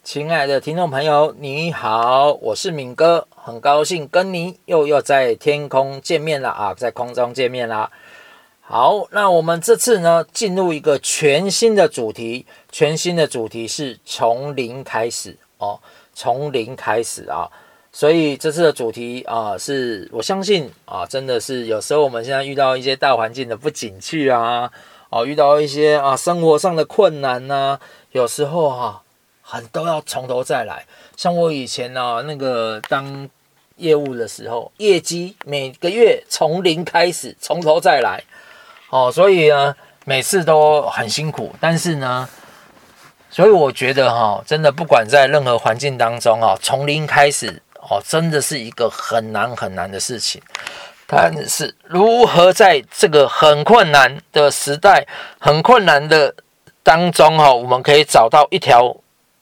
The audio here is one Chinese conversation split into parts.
亲爱的听众朋友，你好，我是敏哥，很高兴跟你又在天空见面了啊，在空中见面啦。好，那我们这次呢，进入一个全新的主题，是从零开始哦，从零开始啊。所以这次的主题是我相信真的是有时候我们现在遇到一些大环境的不景气啊，遇到一些生活上的困难啊，有时候都要从头再来。像我以前那个当业务的时候，业绩每个月从零开始，从头再来所以呢每次都很辛苦，但是呢，所以我觉得真的不管在任何环境当中从零开始真的是一个很难很难的事情。但是如何在这个很困难的时代、很困难的当中我们可以找到一条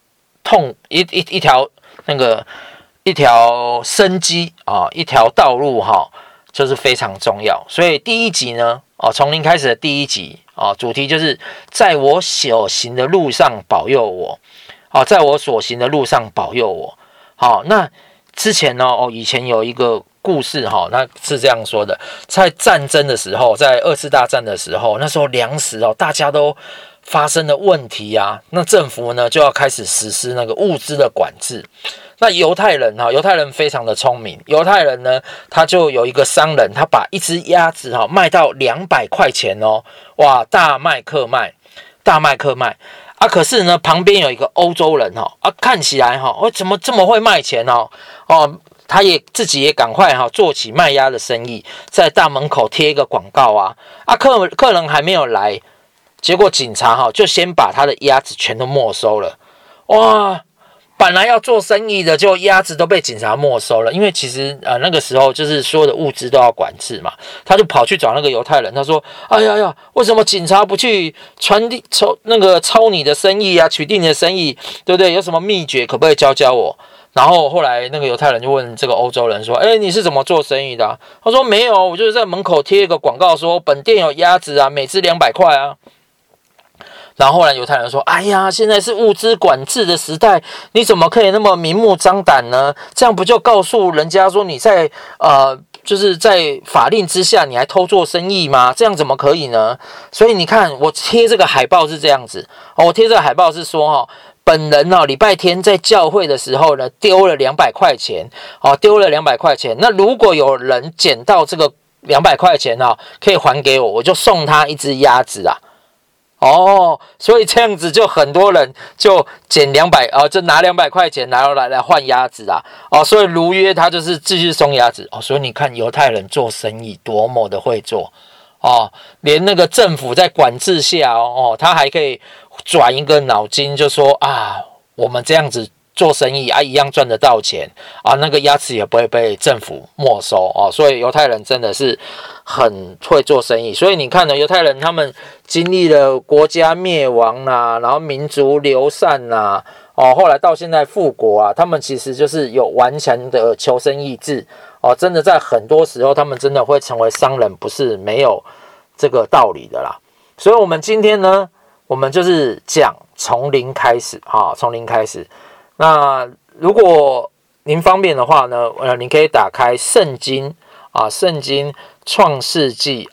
一条生机一条道路就是非常重要。所以第一集呢从零开始的第一集主题就是在我所行的路上保佑我在我所行的路上保佑我。那之前呢以前有一个故事那是这样说的，在战争的时候，在二次大战的时候，那时候粮食大家都发生了问题那政府呢就要开始实施那个物资的管制。那犹太人非常的聪明，犹太人呢他就有一个商人，他把一只鸭子卖到200块钱哇，大卖特卖可是呢旁边有一个欧洲人看起来怎么这么会卖钱他自己也赶快做起卖鸭的生意，在大门口贴一个广告客人还没有来，结果警察就先把他的鸭子全都没收了。哇，本来要做生意的，就鸭子都被警察没收了。因为其实那个时候就是所有的物资都要管制嘛，他就跑去找那个犹太人，他说：“哎呀，为什么警察不去抄你的生意取缔你的生意，对不对？有什么秘诀可不可以教我？”然后后来那个犹太人就问这个欧洲人说：“你是怎么做生意的他说：“没有，我就是在门口贴一个广告说本店有鸭子每只200块然后后来犹太人说：“哎呀，现在是物资管制的时代，你怎么可以那么明目张胆呢？这样不就告诉人家说你在就是在法令之下你还偷做生意吗？这样怎么可以呢？所以你看，我贴这个海报是这样子我贴这个海报是说本人礼拜天在教会的时候呢丢了200块钱那如果有人捡到这个200块钱可以还给我，我就送他一只鸭子所以这样子就很多人就捡200就拿200块钱来换鸭子所以如约他就是继续送鸭子所以你看犹太人做生意多么的会做连那个政府在管制下他还可以转一个脑筋，就说我们这样子做生意一样赚得到钱那个鸭子也不会被政府没收所以犹太人真的是很会做生意。所以你看犹太人他们经历了国家灭亡然后民族流散后来到现在复国他们其实就是有顽强的求生意志真的在很多时候他们真的会成为商人，不是没有这个道理的啦。所以我们今天呢，我们就是讲从零开始从零开始。那如果您方便的话呢你可以打开圣经圣经创世纪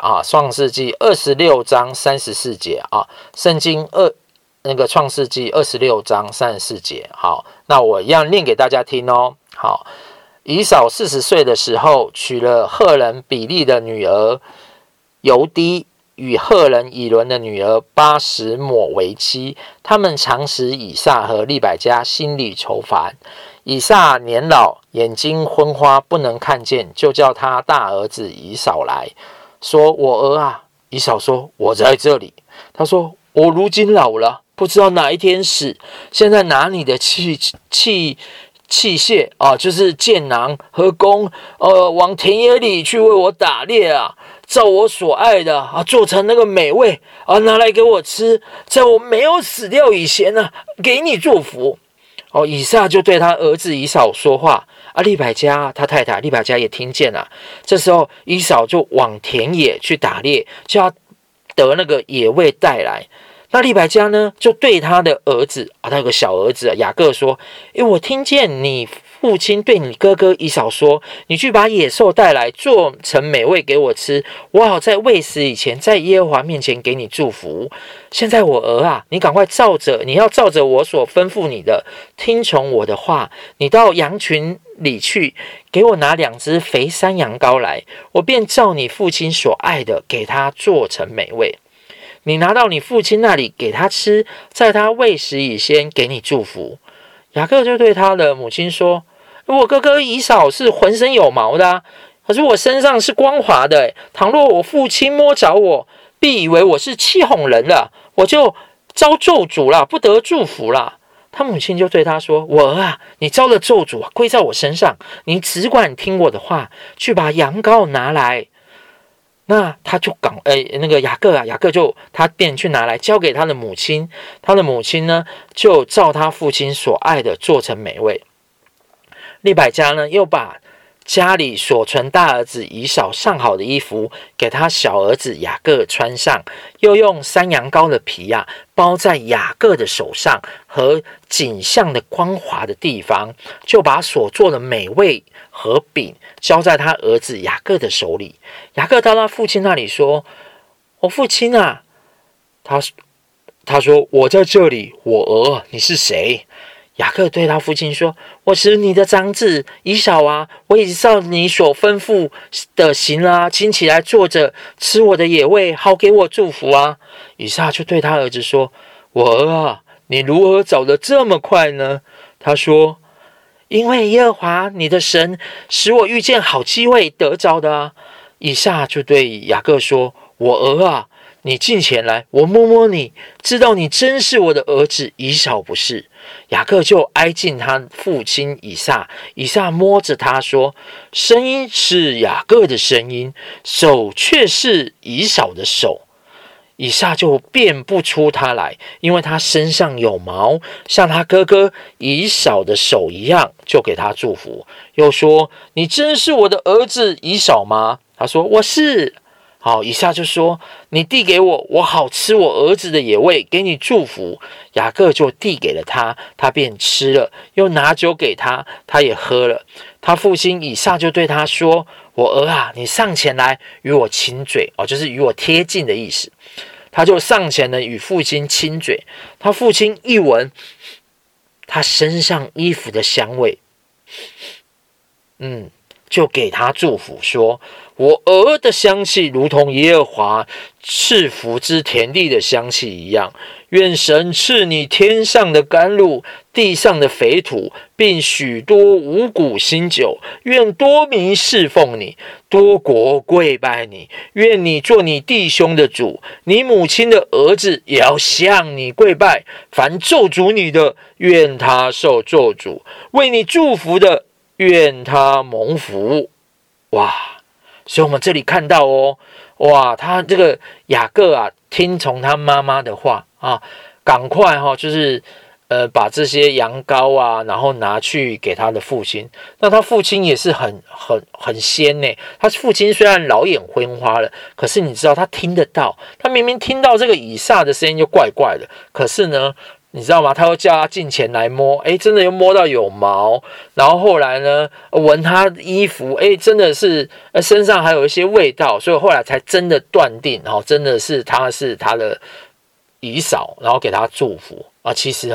26章34节圣经创世纪26章34节。好，那我一样念给大家听好，以扫40岁的时候娶了赫人比利的女儿犹低，与赫人以伦的女儿巴什抹为妻，他们常使以撒和利百加心里愁烦。以撒年老，眼睛昏花，不能看见，就叫他大儿子以扫来说：“我儿啊。”以扫说：“我在这里。”他说：“我如今老了，不知道哪一天死。现在拿你的器械就是箭囊和弓往田野里去为我打猎照我所爱的做成那个美味拿来给我吃，在我没有死掉以前给你祝福。”以撒就对他儿子以扫说话利百加他太太利百加也听见了。这时候以扫就往田野去打猎，就要得那个野味带来。 那利百加呢，就对他的儿子他有个小儿子雅各说：“我听见你父亲对你哥哥以扫说，你去把野兽带来，做成美味给我吃，我好在未死以前，在耶和华面前给你祝福。现在我儿啊，你赶快你要照着我所吩咐你的，听从我的话。你到羊群里去，给我拿2只肥山羊羔来，我便照你父亲所爱的，给他做成美味。你拿到你父亲那里给他吃，在他未死以先给你祝福。”雅各就对他的母亲说：“我哥哥以扫是浑身有毛的可是我身上是光滑的倘若我父亲摸着我，必以为我是欺哄人了，我就遭咒诅了，不得祝福了。”他母亲就对他说：“我儿啊，你遭了咒诅归在我身上，你只管听我的话，去把羊羔拿来。”那他就雅各就他便去拿来交给他的母亲，他的母亲呢就照他父亲所爱的做成美味。利百加呢又把家里所存大儿子以扫上好的衣服给他小儿子雅各穿上，又用山羊羔的皮包在雅各的手上和颈项的光滑的地方，就把所做的美味和饼交在他儿子雅各的手里。雅各到他父亲那里说：“我父亲啊。”他说：“我在这里，我儿，你是谁？”雅各对他父亲说：“我是你的长子以扫我已照你所吩咐的行请起来坐着吃我的野味，好给我祝福以撒就对他儿子说：“我儿啊，你如何走得这么快呢？”他说：“因为耶和华你的神使我遇见好机会得着的以撒就对雅各说：“我儿啊，你近前来，我摸摸你，知道你真是我的儿子以扫不是。”雅各就挨近他父亲以撒，以撒摸着他说：“声音是雅各的声音，手却是以扫的手。”以撒就辨不出他来，因为他身上有毛，像他哥哥以扫的手一样，就给他祝福。又说：“你真是我的儿子以扫吗？”他说：“我是。”好，以撒就说：“你递给我，我好吃我儿子的野味，给你祝福。”雅各就递给了他，他便吃了，又拿酒给他，他也喝了。他父亲以撒就对他说：“我儿啊，你上前来与我亲嘴就是与我贴近的意思。”他就上前了与父亲亲嘴。他父亲一闻他身上衣服的香味，就给他祝福说：“我儿的香气如同耶和华赐福之田地的香气一样，愿神赐你天上的甘露，地上的肥土，并许多五谷新酒。愿多民侍奉你，多国跪拜你。愿你做你弟兄的主，你母亲的儿子也要向你跪拜。凡咒诅你的，愿他受咒诅；为你祝福的，愿他蒙福。”哇！所以我们这里看到他这个雅各听从他妈妈的话赶快就是把这些羊羔然后拿去给他的父亲。那他父亲也是很仙呢。他父亲虽然老眼昏花了，可是你知道他听得到，他明明听到这个以撒的声音就怪怪的，可是呢你知道吗？他又叫他近前来摸，真的又摸到有毛，然后后来呢，闻他衣服，真的是身上还有一些味道，所以后来才真的断定，真的是他的以扫，然后给他祝福其实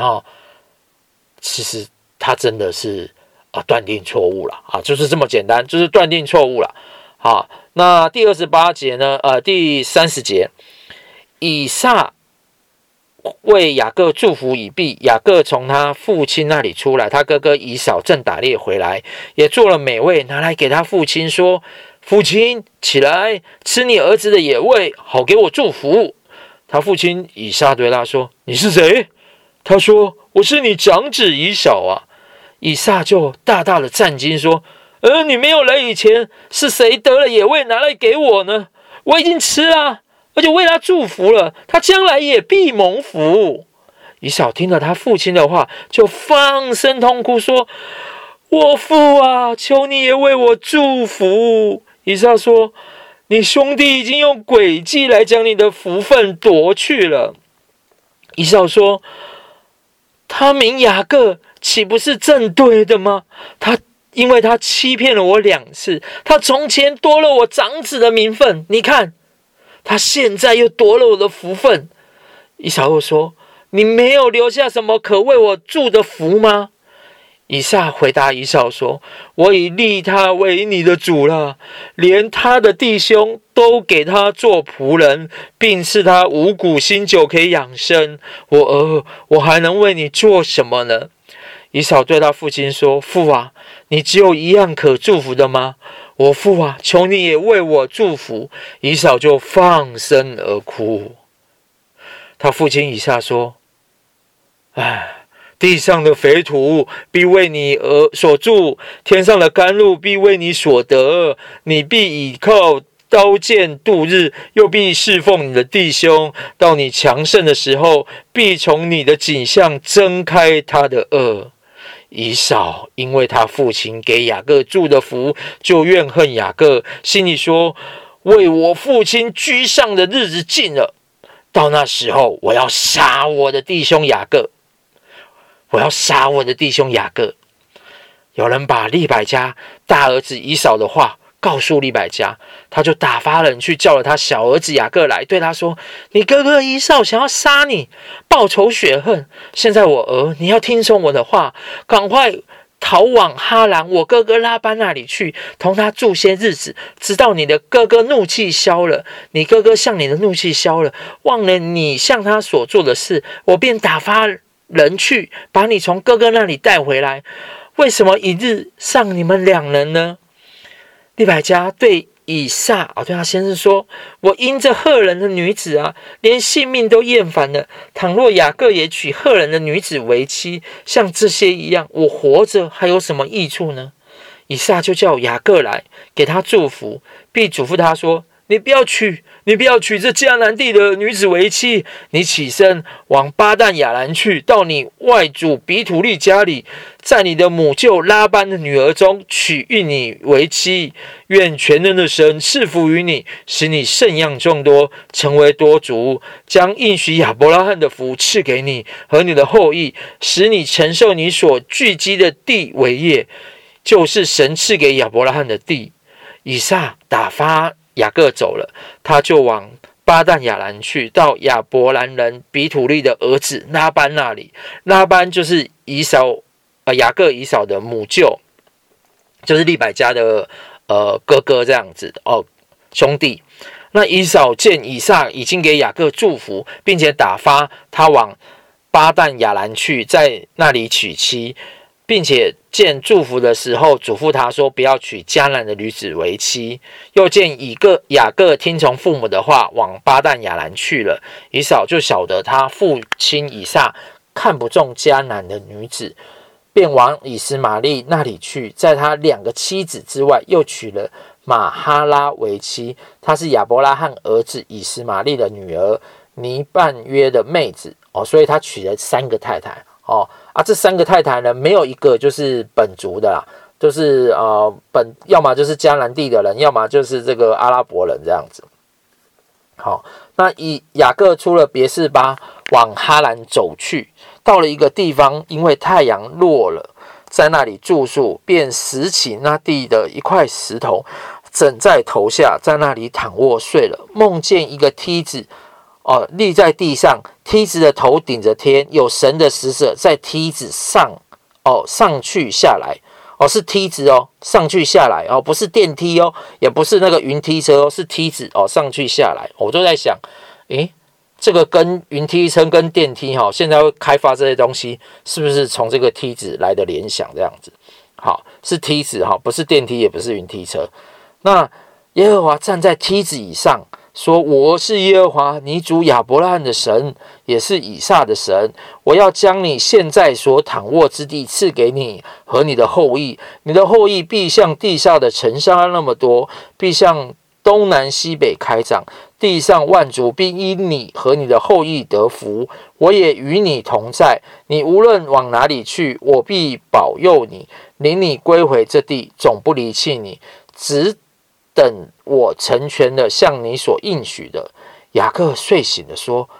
他真的是断定错误了就是这么简单，就是断定错误了那第28节呢，第30节，以撒为雅各祝福已毕，雅各从他父亲那里出来，他哥哥以扫正打猎回来，也做了美味，拿来给他父亲说：“父亲，起来吃你儿子的野味，好给我祝福。”他父亲以撒对他说：“你是谁？”他说：“我是你长子以扫以撒就大大的战惊说：“你没有来以前，是谁得了野味拿来给我呢？我已经吃了，而且为他祝福了，他将来也必蒙福。”以扫听了他父亲的话，就放声痛哭说：“我父求你也为我祝福。”以撒说：“你兄弟已经用诡计来将你的福分夺去了。” 以扫说：“他名雅各，岂不是正对的吗？因为他欺骗了我2次，他从前夺了我长子的名分，你看，他现在又夺了我的福分。”以扫又说：“你没有留下什么可为我祝的福吗？”以撒回答以扫说：“我已立他为你的主了，连他的弟兄都给他做仆人，并赐他五谷新酒可以养生。我还能为你做什么呢？”以扫对他父亲说：“父啊，你只有一样可祝福的吗？我父啊，求你也为我祝福。”以扫就放声而哭。他父亲以撒说：“地上的肥土必为你而所住，天上的甘露必为你所得。你必倚靠刀剑度日，又必侍奉你的弟兄。到你强盛的时候，必从你的颈项挣开他的轭。”以扫因为他父亲给雅各祝的福，就怨恨雅各，心里说：“为我父亲居上的日子近了，到那时候，我要杀我的弟兄雅各。有人把利百加大儿子以扫的话告诉利百加，他就打发人去叫了他小儿子雅各来，对他说：“你哥哥以扫想要杀你，报仇雪恨。现在我儿，你要听从我的话，赶快逃往哈兰我哥哥拉班那里去，同他住些日子，直到你的哥哥怒气消了。你哥哥向你的怒气消了，忘了你向他所做的事，我便打发人去把你从哥哥那里带回来。为什么一日上你们2人呢？”利百加对以撒对他先生说：“我因这赫人的女子连性命都厌烦了。倘若雅各也娶赫人的女子为妻，像这些一样，我活着还有什么益处呢？”以撒就叫雅各来，给他祝福，并嘱咐他说：“你不要娶这迦南地的女子为妻。你起身往巴旦亚兰去，到你外祖比土利家里，在你的母舅拉班的女儿中娶育你为妻。愿全能的神赐福于你，使你甚样众多，成为多族，将应许亚伯拉罕的福赐给你和你的后裔，使你承受你所聚集的地为业，就是神赐给亚伯拉罕的地。”以撒打发雅各走了，他就往巴旦亚兰去，到亚伯兰人比土利的儿子拉班那里。拉班就是雅各以扫的母舅，就是利百加的哥哥这样子兄弟。那以扫见以撒已经给雅各祝福，并且打发他往巴旦亚兰去，在那里娶妻，并且见祝福的时候嘱咐他说不要娶迦南的女子为妻。又见雅各听从父母的话，往巴旦亚兰去了。以扫就晓得他父亲以撒看不中迦南的女子，便往以实玛利那里去，在他2个妻子之外，又娶了玛哈拉为妻。她是亚伯拉罕儿子以实玛利的女儿，尼半约的妹子所以他娶了3个太太这3个太太呢，没有一个就是本族的啦，就是要么就是迦南地的人，要么就是这个阿拉伯人这样子。好，那雅各出了别是巴，往哈兰走去，到了一个地方，因为太阳落了，在那里住宿，便拾起那地的一块石头，枕在头下，在那里躺卧睡了。梦见一个梯子立在地上，梯子的头顶着天，有神的使者在梯子上上去下来是梯子上去下来不是电梯也不是那个云梯车是梯子上去下来。我就在想这个跟云梯车跟电梯现在会开发这些东西，是不是从这个梯子来的联想这样子？好，是梯子不是电梯，也不是云梯车。那耶和华站在梯子以上，说：“我是耶和华你主亚伯拉罕的神，也是以撒的神。我要将你现在所躺卧之地赐给你和你的后裔，你的后裔必像地下的尘沙那么多，必向东南西北开展。地上万族必因你和你的后裔得福。我也与你同在，你无论往哪里去，我必保佑你，领你归回这地，总不离弃你，只等我成全了向你所应许的。”雅各睡醒的说：“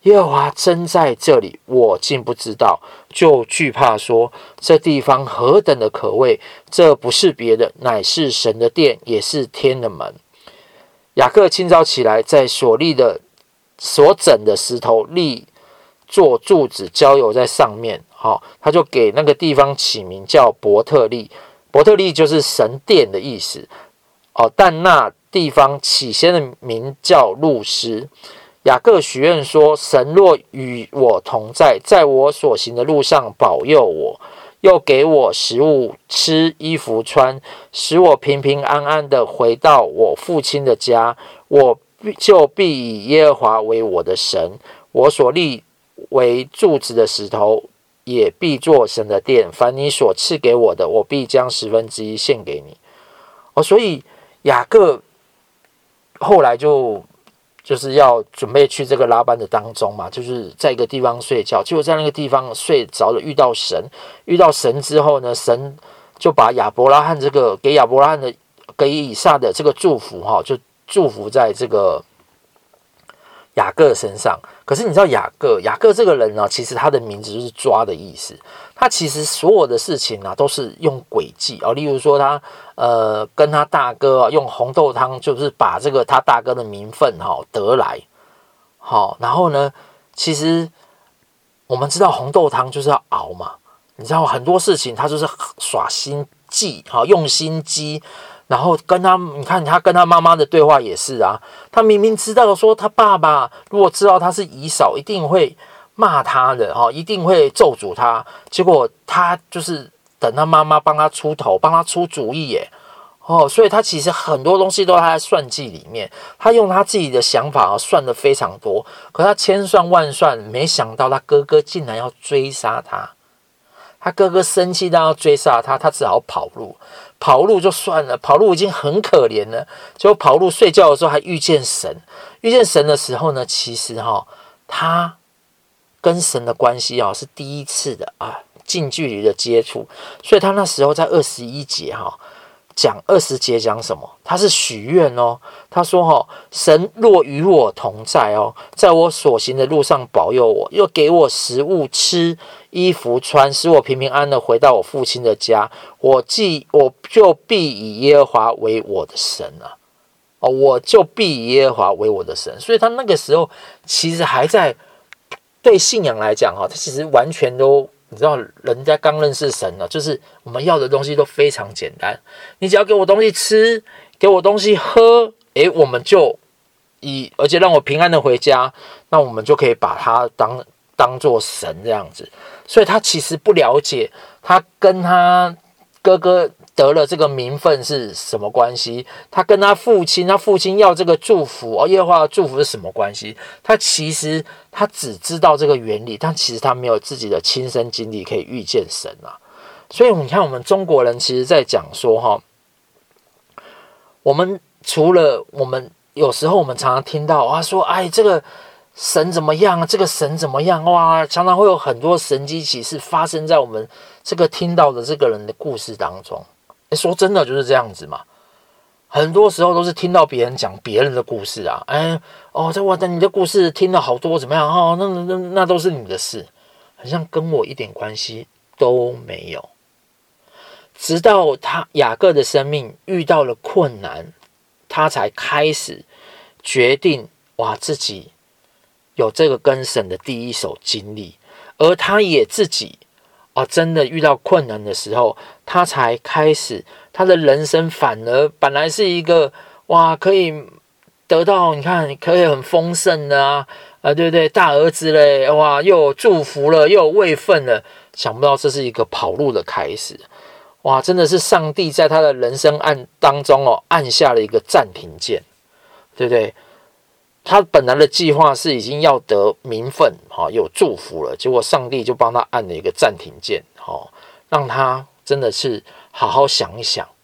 耶和华真在这里，我竟不知道，就惧怕说，这地方何等的可畏！这不是别的，乃是神的殿，也是天的门。雅各清早起来，在所整的石头立做柱子，浇油在上面。他就给那个地方起名叫伯特利。伯特利就是神殿的意思。但那地方起先的名叫路斯。雅各许愿说：神若与我同在，在我所行的路上保佑我，又给我食物吃，衣服穿，使我平平安安的回到我父亲的家，我就必以耶和华为我的神，我所立为柱子的石头也必做神的殿。凡你所赐给我的，我必将1/10献给你。所以雅各后来就是要准备去这个拉班的当中嘛，就是在一个地方睡觉，结果在那个地方睡着了，遇到神之后呢，神就把亚伯拉罕给亚伯拉罕的给以撒的这个祝福就祝福在这个雅各身上。可是你知道雅各这个人呢，其实他的名字就是抓的意思。他其实所有的事情都是用诡计例如说他跟他大哥用红豆汤，就是把这个他大哥的名分得来。然后呢，其实我们知道红豆汤就是要熬嘛，你知道很多事情他就是耍心计用心机。然后你看他跟他妈妈的对话也是啊，他明明知道说他爸爸如果知道他是以扫，一定会骂他的一定会咒诅他，结果他就是等他妈妈帮他出头，帮他出主意耶。所以他其实很多东西都在算计里面，他用他自己的想法算得非常多，可他千算万算，没想到他哥哥竟然要追杀他。他哥哥生气到要追杀他，他只好跑路就算了，跑路已经很可怜了，结果跑路睡觉的时候还遇见神的时候呢，其实他跟神的关系是第一次的近距离的接触，所以他那时候在21节讲20节讲什么？他是许愿他说神若与我同在在我所行的路上保佑我，又给我食物吃，衣服穿，使我平平安安的回到我父亲的家，我就必以耶和华为我的神我就必以耶和华为我的神。所以他那个时候其实还在对信仰来讲他其实完全都你知道人家刚认识神了，就是我们要的东西都非常简单，你只要给我东西吃，给我东西喝，我们就而且让我平安的回家，那我们就可以把他当做神这样子。所以他其实不了解他跟他哥哥得了这个名分是什么关系，他跟他父亲要这个祝福耶和华的祝福是什么关系。其实他只知道这个原理，但其实他没有自己的亲身经历可以遇见神所以你看我们中国人其实在讲说我们除了我们有时候我们常常听到说这个神怎么样，这个神怎么样，常常会有很多神迹奇事发生在我们这个听到的这个人的故事当中。说真的就是这样子嘛，很多时候都是听到别人讲别人的故事你的故事听了好多怎么样那都是你的事，好像跟我一点关系都没有。直到雅各的生命遇到了困难，他才开始决定自己有这个跟神的第一手经历，而他也自己真的遇到困难的时候，他才开始他的人生反而本来是一个可以得到你看可以很丰盛的对不对？大儿子嘞又有祝福了，又有位分了，想不到这是一个跑路的开始。真的是上帝在他的人生当中按下了一个暂停键，对不对？他本来的计划是已经要得名分有祝福了，结果上帝就帮他按了一个暂停键让他真的是好好想一想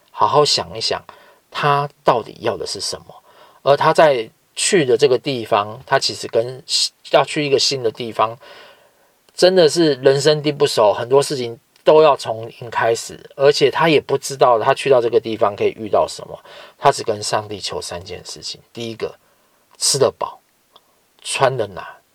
他到底要的是什么。而他在去的这个地方，他其实要去一个新的地方，真的是人生地不熟，很多事情都要从零开始，而且他也不知道他去到这个地方可以遇到什么。他只跟上帝求3件事情：第一个，吃得饱，穿得暖，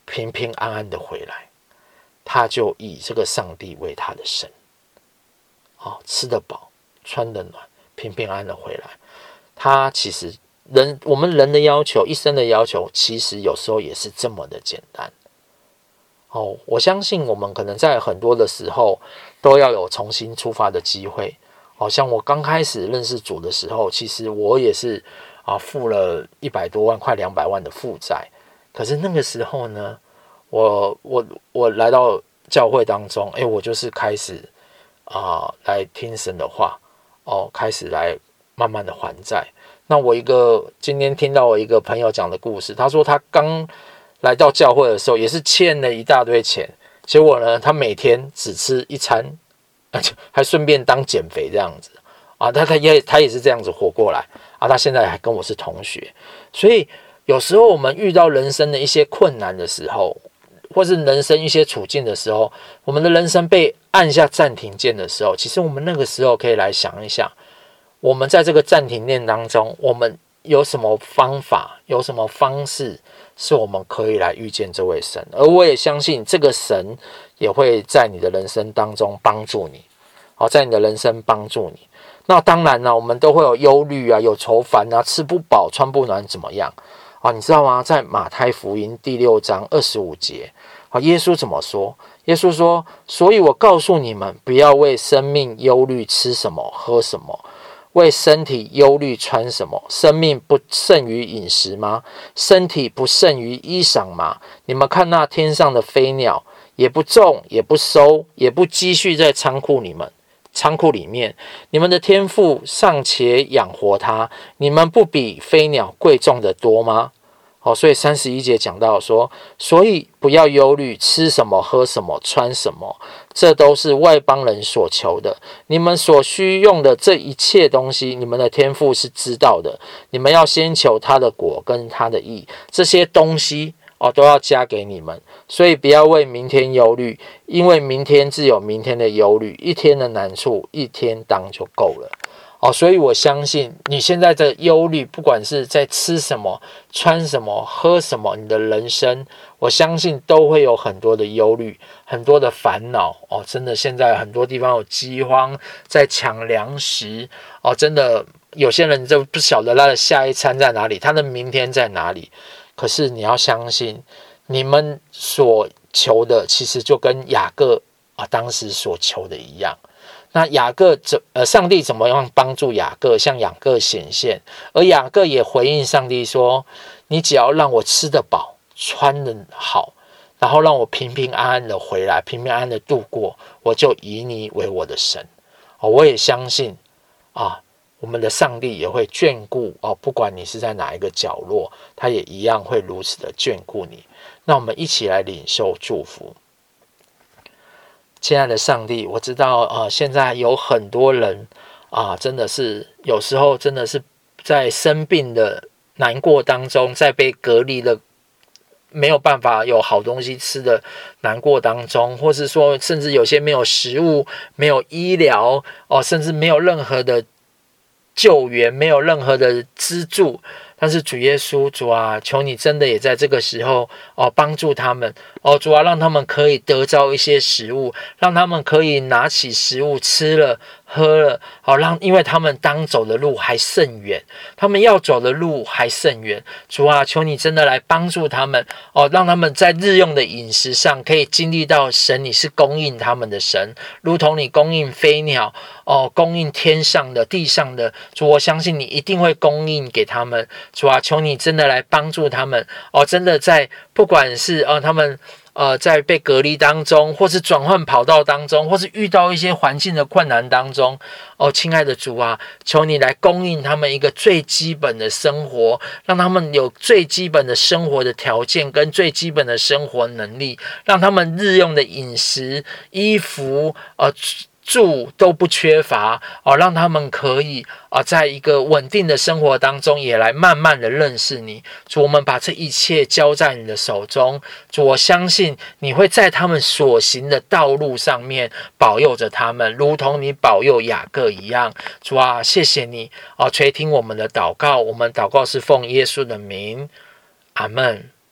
平平安安的回来，他就以这个上帝为他的神，吃得饱，穿得暖，平平安安的回来。他其实我们人的要求，一生的要求，其实有时候也是这么的简单。我相信我们可能在很多的时候都要有重新出发的机会。像我刚开始认识主的时候，其实我也是付了100多万，快200万的负债。可是那个时候呢，我来到教会当中，我就是开始来听神的话，开始来慢慢的还债。那今天听到我一个朋友讲的故事，他说他刚来到教会的时候也是欠了一大堆钱，结果呢，他每天只吃一餐，还顺便当减肥这样子他也是这样子活过来他现在还跟我是同学。所以有时候我们遇到人生的一些困难的时候，或是人生一些处境的时候，我们的人生被按下暂停键的时候，其实我们那个时候可以来想一想，我们在这个暂停键当中，我们有什么方法，有什么方式是我们可以来遇见这位神。而我也相信这个神也会在你的人生当中帮助你，在你的人生帮助你。那当然我们都会有忧虑有愁烦吃不饱穿不暖怎么样你知道吗？在马太福音第6章25节耶稣怎么说？耶稣说，所以我告诉你们，不要为生命忧虑吃什么喝什么，为身体忧虑穿什么？生命不胜于饮食吗？身体不胜于衣裳吗？你们看那天上的飞鸟，也不种，也不收，也不积蓄在仓库里面，你们的天父尚且养活它，你们不比飞鸟贵重得多吗？所以31节讲到说，所以不要忧虑吃什么喝什么穿什么，这都是外邦人所求的。你们所需用的这一切东西，你们的天父是知道的。你们要先求他的国跟他的义，这些东西都要加给你们。所以不要为明天忧虑，因为明天自有明天的忧虑，一天的难处一天当就够了。所以我相信你现在的忧虑，不管是在吃什么穿什么喝什么，你的人生我相信都会有很多的忧虑，很多的烦恼真的现在很多地方有饥荒，在抢粮食真的有些人就不晓得他的下一餐在哪里，他的明天在哪里。可是你要相信，你们所求的其实就跟雅各当时所求的一样。那上帝怎么样帮助雅各，向雅各显现，而雅各也回应上帝说，你只要让我吃得饱穿得好，然后让我平平安安的回来，平平安安的度过，我就以你为我的神。我也相信我们的上帝也会眷顾不管你是在哪一个角落，他也一样会如此的眷顾你。那我们一起来领受祝福。亲爱的上帝，我知道现在有很多人真的是有时候真的是在生病的难过当中，在被隔离的没有办法有好东西吃的难过当中，或是说甚至有些没有食物，没有医疗甚至没有任何的救援，没有任何的资助。但是主耶稣，主求你真的也在这个时候帮助他们主让他们可以得着一些食物，让他们可以拿起食物吃了喝了因为他们当走的路还甚远，他们要走的路还甚远。主求你真的来帮助他们让他们在日用的饮食上可以经历到神你是供应他们的神，如同你供应飞鸟供应天上的地上的。主，我相信你一定会供应给他们。主求你真的来帮助他们真的在不管是他们在被隔离当中，或是转换跑道当中，或是遇到一些环境的困难当中亲爱的主求你来供应他们一个最基本的生活，让他们有最基本的生活的条件跟最基本的生活能力，让他们日用的饮食衣服住都不缺乏让他们可以在一个稳定的生活当中也来慢慢的认识你。主，我们把这一切交在你的手中。主，我相信你会在他们所行的道路上面保佑着他们，如同你保佑雅各一样。主谢谢你垂听我们的祷告，我们祷告是奉耶稣的名，阿们。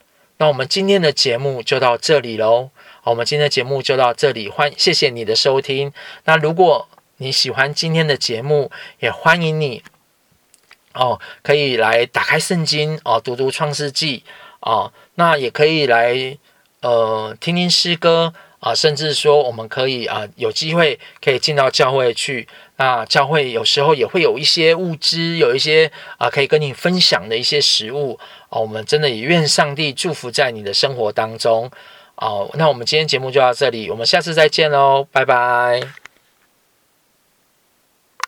那我们今天的节目就到这里咯。我们今天的节目就到这里，谢谢你的收听。那如果你喜欢今天的节目，也欢迎你可以来打开圣经读读创世纪那也可以来听听诗歌甚至说我们可以有机会可以进到教会去。那教会有时候也会有一些物资，有一些可以跟你分享的一些食物我们真的也愿上帝祝福在你的生活当中那我们今天节目就到这里，我们下次再见咯，拜拜。